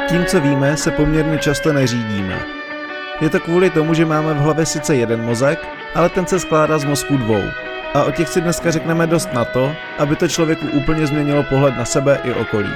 Tím, co víme, se poměrně často neřídíme. Je to kvůli tomu, že máme v hlavě sice jeden mozek, ale ten se skládá z mozků dvou. A o těch si dneska řekneme dost na to, aby to člověku úplně změnilo pohled na sebe i okolí.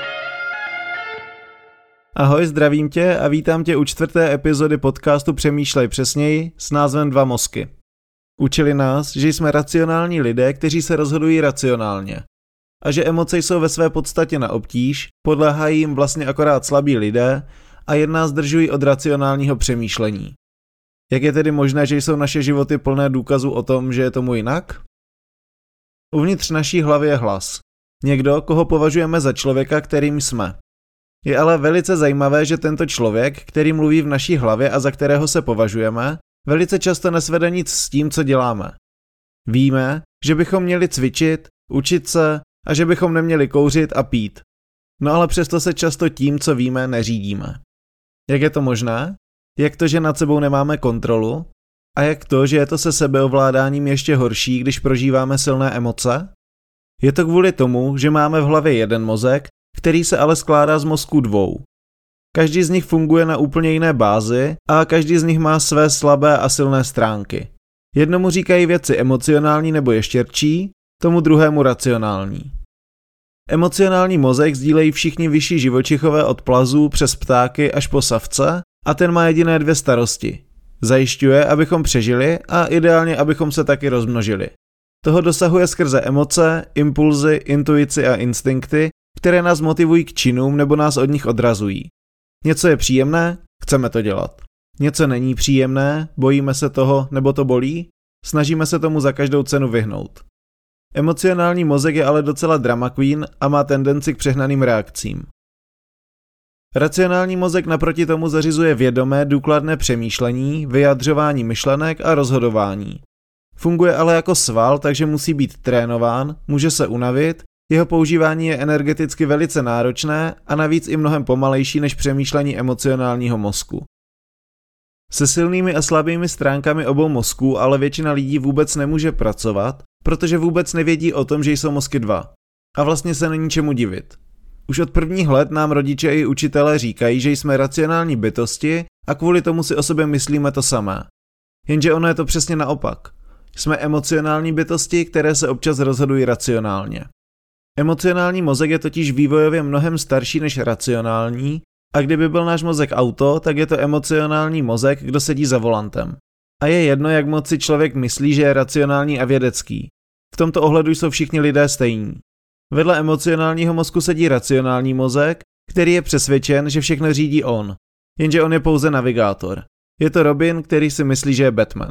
Ahoj, zdravím tě a vítám tě u 4. epizody podcastu Přemýšlej přesněji s názvem Dva mozky. Učili nás, že jsme racionální lidé, kteří se rozhodují racionálně. A že emoce jsou ve své podstatě na obtíž, podléhají jim vlastně akorát slabí lidé a jen nás zdržují od racionálního přemýšlení. Jak je tedy možné, že jsou naše životy plné důkazů o tom, že je tomu jinak? Uvnitř naší hlavy je hlas. Někdo, koho považujeme za člověka, kterým jsme. Je ale velice zajímavé, že tento člověk, který mluví v naší hlavě a za kterého se považujeme, velice často nesvede nic s tím, co děláme. Víme, že bychom měli cvičit, učit se a že bychom neměli kouřit a pít. No ale přesto se často tím, co víme, neřídíme. Jak je to možné? Jak to, že nad sebou nemáme kontrolu? A jak to, že je to se sebeovládáním ještě horší, když prožíváme silné emoce? Je to kvůli tomu, že máme v hlavě jeden mozek, který se ale skládá z mozků dvou. Každý z nich funguje na úplně jiné bázi a každý z nich má své slabé a silné stránky. Jednomu říkají věci emocionální nebo ještěrčí, tomu druhému racionální. Emocionální mozek sdílejí všichni vyšší živočichové od plazů přes ptáky až po savce a ten má jediné dvě starosti. Zajišťuje, abychom přežili a ideálně, abychom se taky rozmnožili. Toho dosahuje skrze emoce, impulzy, intuici a instinkty, které nás motivují k činům nebo nás od nich odrazují. Něco je příjemné, chceme to dělat. Něco není příjemné, bojíme se toho nebo to bolí, snažíme se tomu za každou cenu vyhnout. Emocionální mozek je ale docela drama queen a má tendenci k přehnaným reakcím. Racionální mozek naproti tomu zařizuje vědomé, důkladné přemýšlení, vyjadřování myšlenek a rozhodování. Funguje ale jako sval, takže musí být trénován, může se unavit, jeho používání je energeticky velice náročné a navíc i mnohem pomalejší než přemýšlení emocionálního mozku. Se silnými a slabými stránkami obou mozků ale většina lidí vůbec nemůže pracovat, protože vůbec nevědí o tom, že jsou mozky dva. A vlastně se není čemu divit. Už od prvních let nám rodiče i učitelé říkají, že jsme racionální bytosti a kvůli tomu si o sobě myslíme to samé. Jenže ono je to přesně naopak. Jsme emocionální bytosti, které se občas rozhodují racionálně. Emocionální mozek je totiž vývojově mnohem starší než racionální a kdyby byl náš mozek auto, tak je to emocionální mozek, kdo sedí za volantem. A je jedno, jak moc si člověk myslí, že je racionální a vědecký. V tomto ohledu jsou všichni lidé stejní. Vedle emocionálního mozku sedí racionální mozek, který je přesvědčen, že všechno řídí on. Jenže on je pouze navigátor. Je to Robin, který si myslí, že je Batman.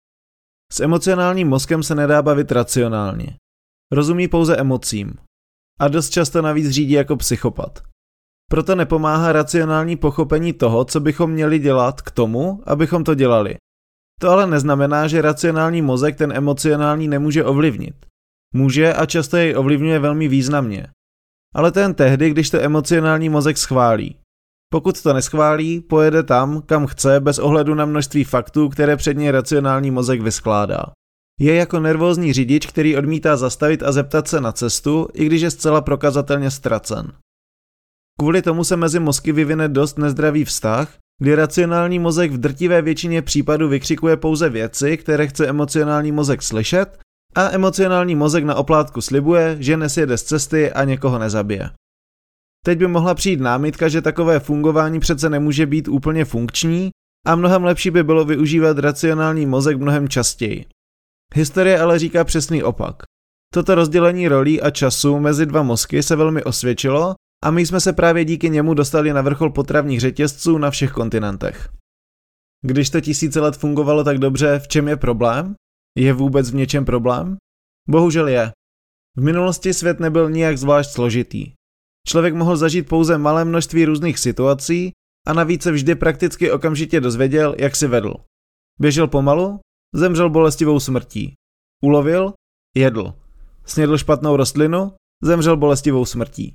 S emocionálním mozkem se nedá bavit racionálně. Rozumí pouze emocím. A dost často navíc řídí jako psychopat. Proto nepomáhá racionální pochopení toho, co bychom měli dělat k tomu, abychom to dělali. To ale neznamená, že racionální mozek ten emocionální nemůže ovlivnit. Může a často jej ovlivňuje velmi významně. Ale to jen tehdy, když to emocionální mozek schválí. Pokud to neschválí, pojede tam, kam chce, bez ohledu na množství faktů, které před něj racionální mozek vyskládá. Je jako nervózní řidič, který odmítá zastavit a zeptat se na cestu, i když je zcela prokazatelně ztracen. Kvůli tomu se mezi mozky vyvine dost nezdravý vztah, kdy racionální mozek v drtivé většině případů vykřikuje pouze věci, které chce emocionální mozek slyšet, a emocionální mozek na oplátku slibuje, že nesjede z cesty a někoho nezabije. Teď by mohla přijít námitka, že takové fungování přece nemůže být úplně funkční a mnohem lepší by bylo využívat racionální mozek mnohem častěji. Historie ale říká přesný opak. Toto rozdělení rolí a času mezi dva mozky se velmi osvědčilo a my jsme se právě díky němu dostali na vrchol potravních řetězců na všech kontinentech. Když to tisíce let fungovalo tak dobře, v čem je problém? Je vůbec v něčem problém? Bohužel je. V minulosti svět nebyl nijak zvlášť složitý. Člověk mohl zažít pouze malé množství různých situací a navíc se vždy prakticky okamžitě dozvěděl, jak si vedl. Běžel pomalu? Zemřel bolestivou smrtí. Ulovil? Jedl. Snědl špatnou rostlinu? Zemřel bolestivou smrtí.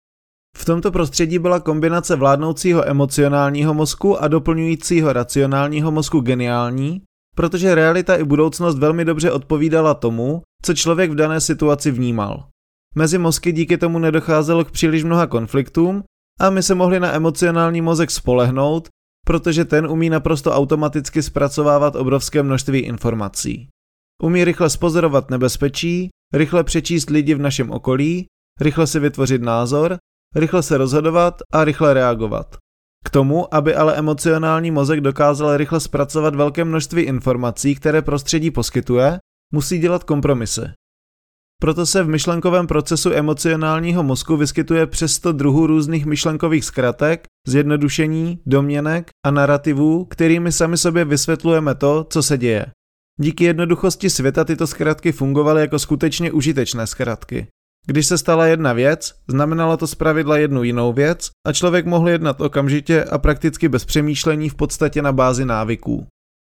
V tomto prostředí byla kombinace vládnoucího emocionálního mozku a doplňujícího racionálního mozku geniální, protože realita i budoucnost velmi dobře odpovídala tomu, co člověk v dané situaci vnímal. Mezi mozky díky tomu nedocházelo k příliš mnoha konfliktům a my se mohli na emocionální mozek spolehnout, protože ten umí naprosto automaticky zpracovávat obrovské množství informací. Umí rychle zpozorovat nebezpečí, rychle přečíst lidi v našem okolí, rychle si vytvořit názor, rychle se rozhodovat a rychle reagovat. K tomu, aby ale emocionální mozek dokázal rychle zpracovat velké množství informací, které prostředí poskytuje, musí dělat kompromisy. Proto se v myšlenkovém procesu emocionálního mozku vyskytuje přes 100 druhů různých myšlenkových zkratek, zjednodušení, domněnek a narrativů, kterými sami sobě vysvětlujeme to, co se děje. Díky jednoduchosti světa tyto zkratky fungovaly jako skutečně užitečné zkratky. Když se stala jedna věc, znamenalo to zpravidla jednu jinou věc a člověk mohl jednat okamžitě a prakticky bez přemýšlení v podstatě na bázi návyků.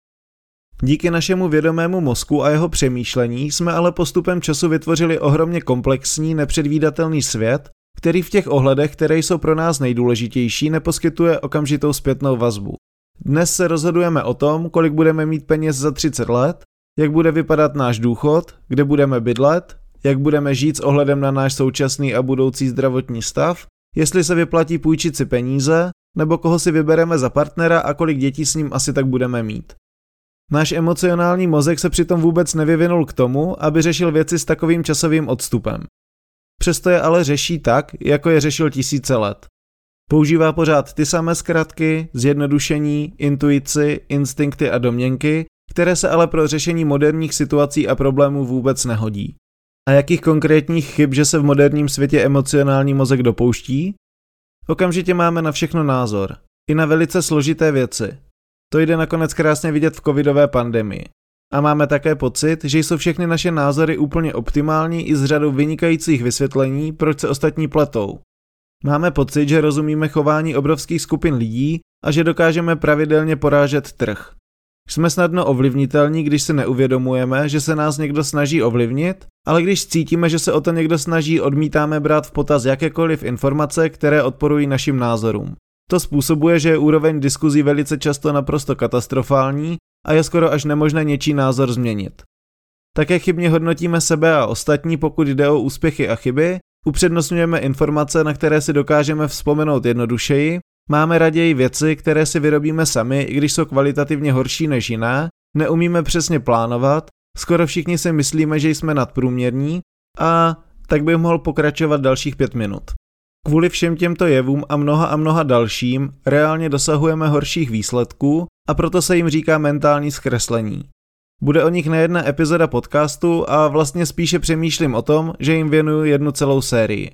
Díky našemu vědomému mozku a jeho přemýšlení jsme ale postupem času vytvořili ohromně komplexní, nepředvídatelný svět, který v těch ohledech, které jsou pro nás nejdůležitější, neposkytuje okamžitou zpětnou vazbu. Dnes se rozhodujeme o tom, kolik budeme mít peněz za 30 let, jak bude vypadat náš důchod, kde budeme bydlet, jak budeme žít s ohledem na náš současný a budoucí zdravotní stav, jestli se vyplatí půjčit si peníze, nebo koho si vybereme za partnera a kolik dětí s ním asi tak budeme mít. Náš emocionální mozek se přitom vůbec nevyvinul k tomu, aby řešil věci s takovým časovým odstupem. Přesto je ale řeší tak, jako je řešil tisíce let. Používá pořád ty samé zkratky, zjednodušení, intuici, instinkty a domněnky, které se ale pro řešení moderních situací a problémů vůbec nehodí. A jakých konkrétních chyb, že se v moderním světě emocionální mozek dopouští? Okamžitě máme na všechno názor. I na velice složité věci. To jde nakonec krásně vidět v covidové pandemii. A máme také pocit, že jsou všechny naše názory úplně optimální i s řadou vynikajících vysvětlení, proč se ostatní pletou. Máme pocit, že rozumíme chování obrovských skupin lidí a že dokážeme pravidelně porážet trh. Jsme snadno ovlivnitelní, když si neuvědomujeme, že se nás někdo snaží ovlivnit, ale když cítíme, že se o to někdo snaží, odmítáme brát v potaz jakékoliv informace, které odporují našim názorům. To způsobuje, že je úroveň diskuzí velice často naprosto katastrofální a je skoro až nemožné něčí názor změnit. Také chybně hodnotíme sebe a ostatní, pokud jde o úspěchy a chyby, upřednostňujeme informace, na které si dokážeme vzpomenout jednodušeji, máme raději věci, které si vyrobíme sami, i když jsou kvalitativně horší než jiné, neumíme přesně plánovat, skoro všichni si myslíme, že jsme nadprůměrní a tak bych mohl pokračovat dalších 5 minut. Kvůli všem těmto jevům a mnoha dalším reálně dosahujeme horších výsledků a proto se jim říká mentální zkreslení. Bude o nich nejedna epizoda podcastu a vlastně spíše přemýšlím o tom, že jim věnuju jednu celou sérii.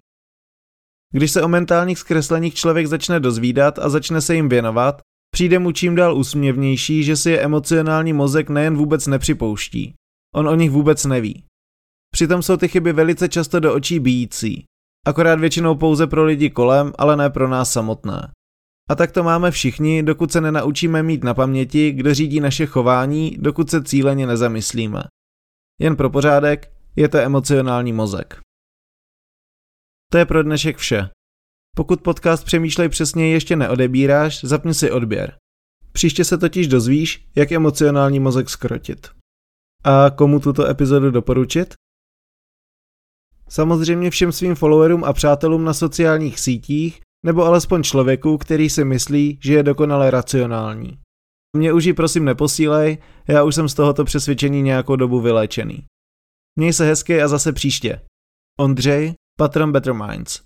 Když se o mentálních zkresleních člověk začne dozvídat a začne se jim věnovat, přijde mu čím dál úsměvnější, že si je emocionální mozek nejen vůbec nepřipouští. On o nich vůbec neví. Přitom jsou ty chyby velice často do očí bijící. Akorát většinou pouze pro lidi kolem, ale ne pro nás samotné. A tak to máme všichni, dokud se nenaučíme mít na paměti, kdo řídí naše chování, dokud se cíleně nezamyslíme. Jen pro pořádek, je to emocionální mozek. To je pro dnešek vše. Pokud podcast Přemýšlej přesně ještě neodebíráš, zapni si odběr. Příště se totiž dozvíš, jak emocionální mozek zkrotit. A komu tuto epizodu doporučit? Samozřejmě všem svým followerům a přátelům na sociálních sítích, nebo alespoň člověku, který si myslí, že je dokonale racionální. Mě už ji prosím neposílej, já už jsem z tohoto přesvědčení nějakou dobu vyléčený. Měj se hezky a zase příště. Ondřej, patron Better Minds.